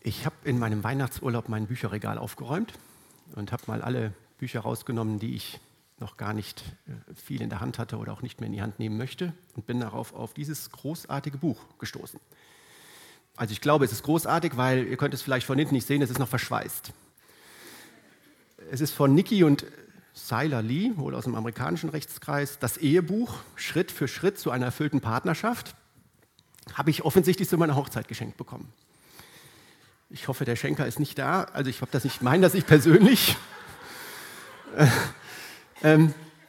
Ich habe in meinem Weihnachtsurlaub mein Bücherregal aufgeräumt und habe mal alle Bücher rausgenommen, die ich noch gar nicht viel in der Hand hatte oder auch nicht mehr in die Hand nehmen möchte und bin darauf auf dieses großartige Buch gestoßen. Also ich glaube, es ist großartig, weil ihr könnt es vielleicht von hinten nicht sehen, es ist noch verschweißt. Es ist von Nikki und Siler Lee, wohl aus dem amerikanischen Rechtskreis, das Ehebuch Schritt für Schritt zu einer erfüllten Partnerschaft. Habe ich offensichtlich zu meiner Hochzeit geschenkt bekommen. Ich hoffe, der Schenker ist nicht da. Also ich habe das nicht, meine das ich persönlich. Also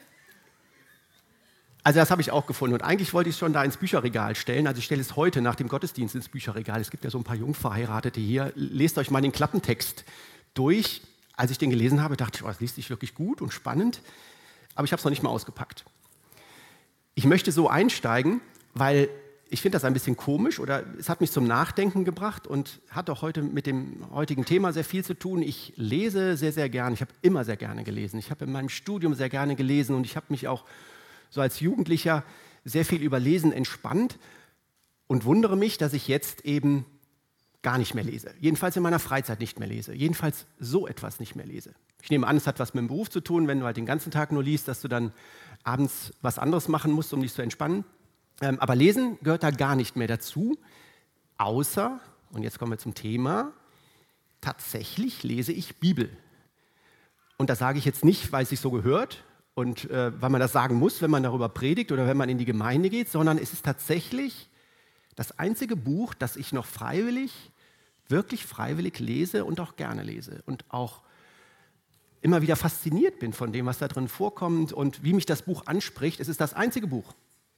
das habe ich auch gefunden. Und eigentlich wollte ich es schon da ins Bücherregal stellen. Also ich stelle es heute nach dem Gottesdienst ins Bücherregal. Es gibt ja so ein paar Jungverheiratete hier. Lest euch mal den Klappentext durch. Als ich den gelesen habe, dachte ich, oh, das liest sich wirklich gut und spannend. Aber ich habe es noch nicht mal ausgepackt. Ich möchte so einsteigen, weil ich finde das ein bisschen komisch oder es hat mich zum Nachdenken gebracht und hat auch heute mit dem heutigen Thema sehr viel zu tun. Ich lese sehr, sehr gerne. Ich habe immer sehr gerne gelesen. Ich habe in meinem Studium sehr gerne gelesen und ich habe mich auch so als Jugendlicher sehr viel über Lesen entspannt und wundere mich, dass ich jetzt eben gar nicht mehr lese. Jedenfalls in meiner Freizeit nicht mehr lese. Jedenfalls so etwas nicht mehr lese. Ich nehme an, es hat was mit dem Beruf zu tun, wenn du halt den ganzen Tag nur liest, dass du dann abends was anderes machen musst, um dich zu entspannen. Aber Lesen gehört da gar nicht mehr dazu, außer, und jetzt kommen wir zum Thema, tatsächlich lese ich Bibel. Und das sage ich jetzt nicht, weil es sich so gehört und weil man das sagen muss, wenn man darüber predigt oder wenn man in die Gemeinde geht, sondern es ist tatsächlich das einzige Buch, das ich noch wirklich freiwillig lese und auch gerne lese und auch immer wieder fasziniert bin von dem, was da drin vorkommt und wie mich das Buch anspricht. Es ist das einzige Buch.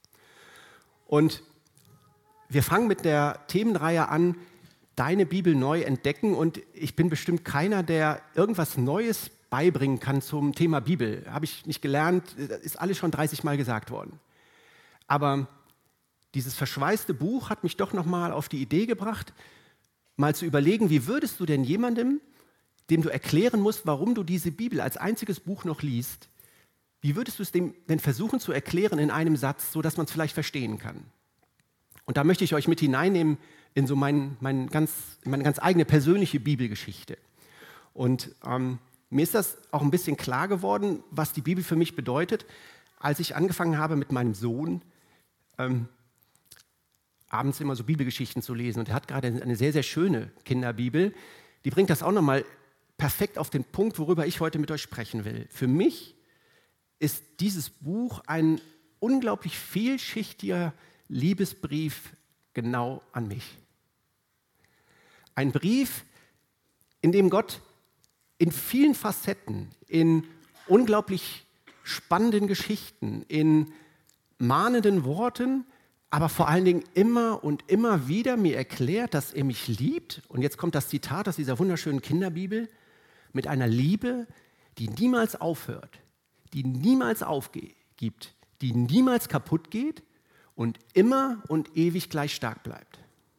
Und wir fangen mit der Themenreihe an, deine Bibel neu entdecken. Und ich bin bestimmt keiner, der irgendwas Neues beibringen kann zum Thema Bibel. Habe ich nicht gelernt, ist alles schon 30 Mal gesagt worden. Aber dieses verschweißte Buch hat mich doch nochmal auf die Idee gebracht, mal zu überlegen, wie würdest du denn jemandem, dem du erklären musst, warum du diese Bibel als einziges Buch noch liest, wie würdest du es dem denn versuchen zu erklären in einem Satz, sodass man es vielleicht verstehen kann? Und da möchte ich euch mit hineinnehmen in so meine ganz eigene persönliche Bibelgeschichte. Und mir ist das auch ein bisschen klar geworden, was die Bibel für mich bedeutet, als ich angefangen habe mit meinem Sohn, abends immer so Bibelgeschichten zu lesen. Und er hat gerade eine sehr, sehr schöne Kinderbibel. Die bringt das auch nochmal perfekt auf den Punkt, worüber ich heute mit euch sprechen will. Für mich ist dieses Buch ein unglaublich vielschichtiger Liebesbrief genau an mich. Ein Brief, in dem Gott in vielen Facetten, in unglaublich spannenden Geschichten, in mahnenden Worten, aber vor allen Dingen immer und immer wieder mir erklärt, dass er mich liebt. Und jetzt kommt das Zitat aus dieser wunderschönen Kinderbibel, mit einer Liebe, die niemals aufhört, die niemals aufgibt, die niemals kaputt geht und immer und ewig gleich stark bleibt.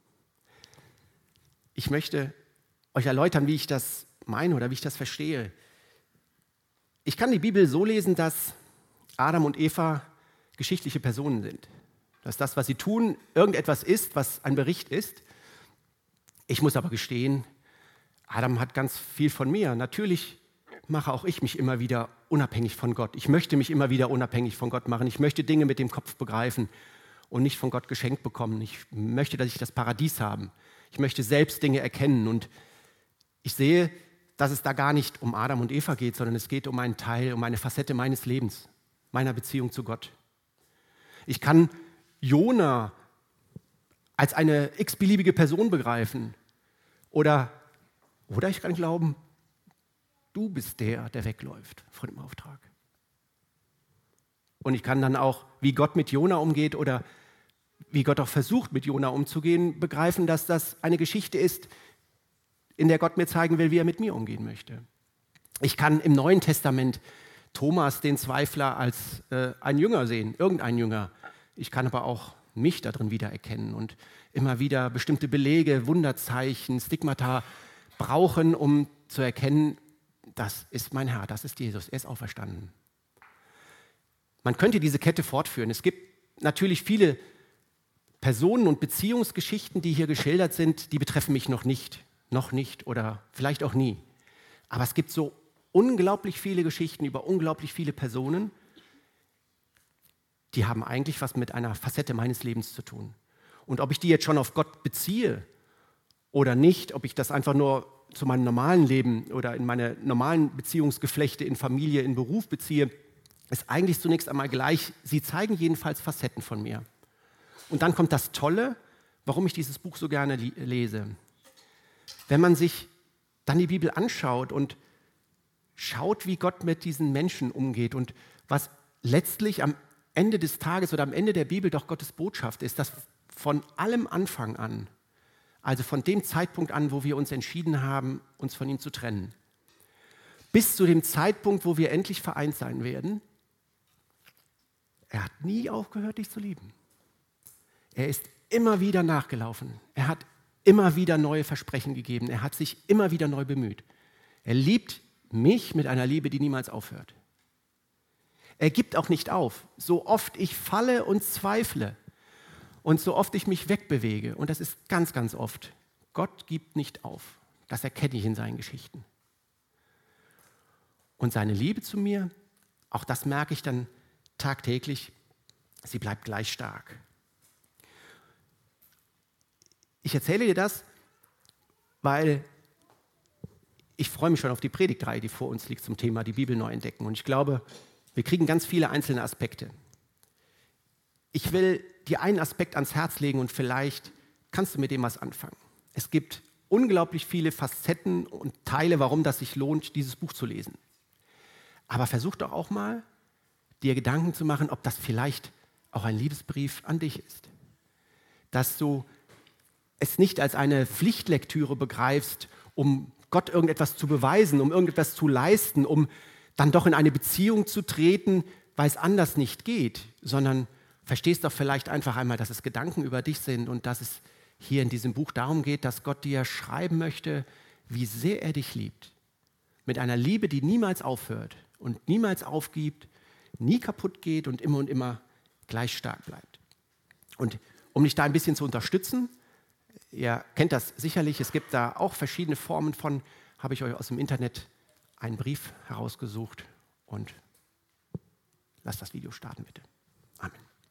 Ich möchte euch erläutern, wie ich das meine oder wie ich das verstehe. Ich kann die Bibel so lesen, dass Adam und Eva geschichtliche Personen sind. Dass das, was sie tun, irgendetwas ist, was ein Bericht ist. Ich muss aber gestehen, Adam hat ganz viel von mir. Natürlich mache auch ich mich immer wieder unabhängig von Gott. Ich möchte mich immer wieder unabhängig von Gott machen. Ich möchte Dinge mit dem Kopf begreifen und nicht von Gott geschenkt bekommen. Ich möchte, dass ich das Paradies habe. Ich möchte selbst Dinge erkennen. Und ich sehe, dass es da gar nicht um Adam und Eva geht, sondern es geht um einen Teil, um eine Facette meines Lebens, meiner Beziehung zu Gott. Ich kann Jona als eine x-beliebige Person begreifen. Oder ich kann glauben, du bist der wegläuft von dem Auftrag. Und ich kann dann auch, wie Gott mit Jona umgeht oder wie Gott auch versucht, mit Jona umzugehen, begreifen, dass das eine Geschichte ist, in der Gott mir zeigen will, wie er mit mir umgehen möchte. Ich kann im Neuen Testament Thomas, den Zweifler, als einen Jünger sehen, irgendein Jünger. Ich kann aber auch mich darin wiedererkennen und immer wieder bestimmte Belege, Wunderzeichen, Stigmata brauchen, um zu erkennen, das ist mein Herr, das ist Jesus, er ist auferstanden. Man könnte diese Kette fortführen. Es gibt natürlich viele Personen- und Beziehungsgeschichten, die hier geschildert sind, die betreffen mich noch nicht. noch nicht oder vielleicht auch nie. Aber es gibt so unglaublich viele Geschichten über unglaublich viele Personen, die haben eigentlich was mit einer Facette meines Lebens zu tun. Und ob ich die jetzt schon auf Gott beziehe oder nicht, ob ich das einfach nur zu meinem normalen Leben oder in meine normalen Beziehungsgeflechte in Familie, in Beruf beziehe, ist eigentlich zunächst einmal gleich. Sie zeigen jedenfalls Facetten von mir. Und dann kommt das Tolle, warum ich dieses Buch so gerne lese. Wenn man sich dann die Bibel anschaut und schaut, wie Gott mit diesen Menschen umgeht und was letztlich am Ende des Tages oder am Ende der Bibel doch Gottes Botschaft ist, dass von allem Anfang an, also von dem Zeitpunkt an, wo wir uns entschieden haben, uns von ihm zu trennen, bis zu dem Zeitpunkt, wo wir endlich vereint sein werden, er hat nie aufgehört, dich zu lieben. Er ist immer wieder nachgelaufen. Er hat immer wieder neue Versprechen gegeben. Er hat sich immer wieder neu bemüht. Er liebt mich mit einer Liebe, die niemals aufhört. Er gibt auch nicht auf. So oft ich falle und zweifle und so oft ich mich wegbewege, und das ist ganz, ganz oft, Gott gibt nicht auf. Das erkenne ich in seinen Geschichten. Und seine Liebe zu mir, auch das merke ich dann tagtäglich, sie bleibt gleich stark. Ich erzähle dir das, weil ich freue mich schon auf die Predigtreihe, die vor uns liegt zum Thema die Bibel neu entdecken. Und ich glaube, wir kriegen ganz viele einzelne Aspekte. Ich will dir einen Aspekt ans Herz legen und vielleicht kannst du mit dem was anfangen. Es gibt unglaublich viele Facetten und Teile, warum das sich lohnt, dieses Buch zu lesen. Aber versuch doch auch mal, dir Gedanken zu machen, ob das vielleicht auch ein Liebesbrief an dich ist. Dass du es nicht als eine Pflichtlektüre begreifst, um Gott irgendetwas zu beweisen, um irgendetwas zu leisten, um dann doch in eine Beziehung zu treten, weil es anders nicht geht, sondern verstehst doch vielleicht einfach einmal, dass es Gedanken über dich sind und dass es hier in diesem Buch darum geht, dass Gott dir schreiben möchte, wie sehr er dich liebt. Mit einer Liebe, die niemals aufhört und niemals aufgibt, nie kaputt geht und immer gleich stark bleibt. Und um dich da ein bisschen zu unterstützen, ihr kennt das sicherlich, es gibt da auch verschiedene Formen von, habe ich euch aus dem Internet einen Brief herausgesucht und lasst das Video starten, bitte.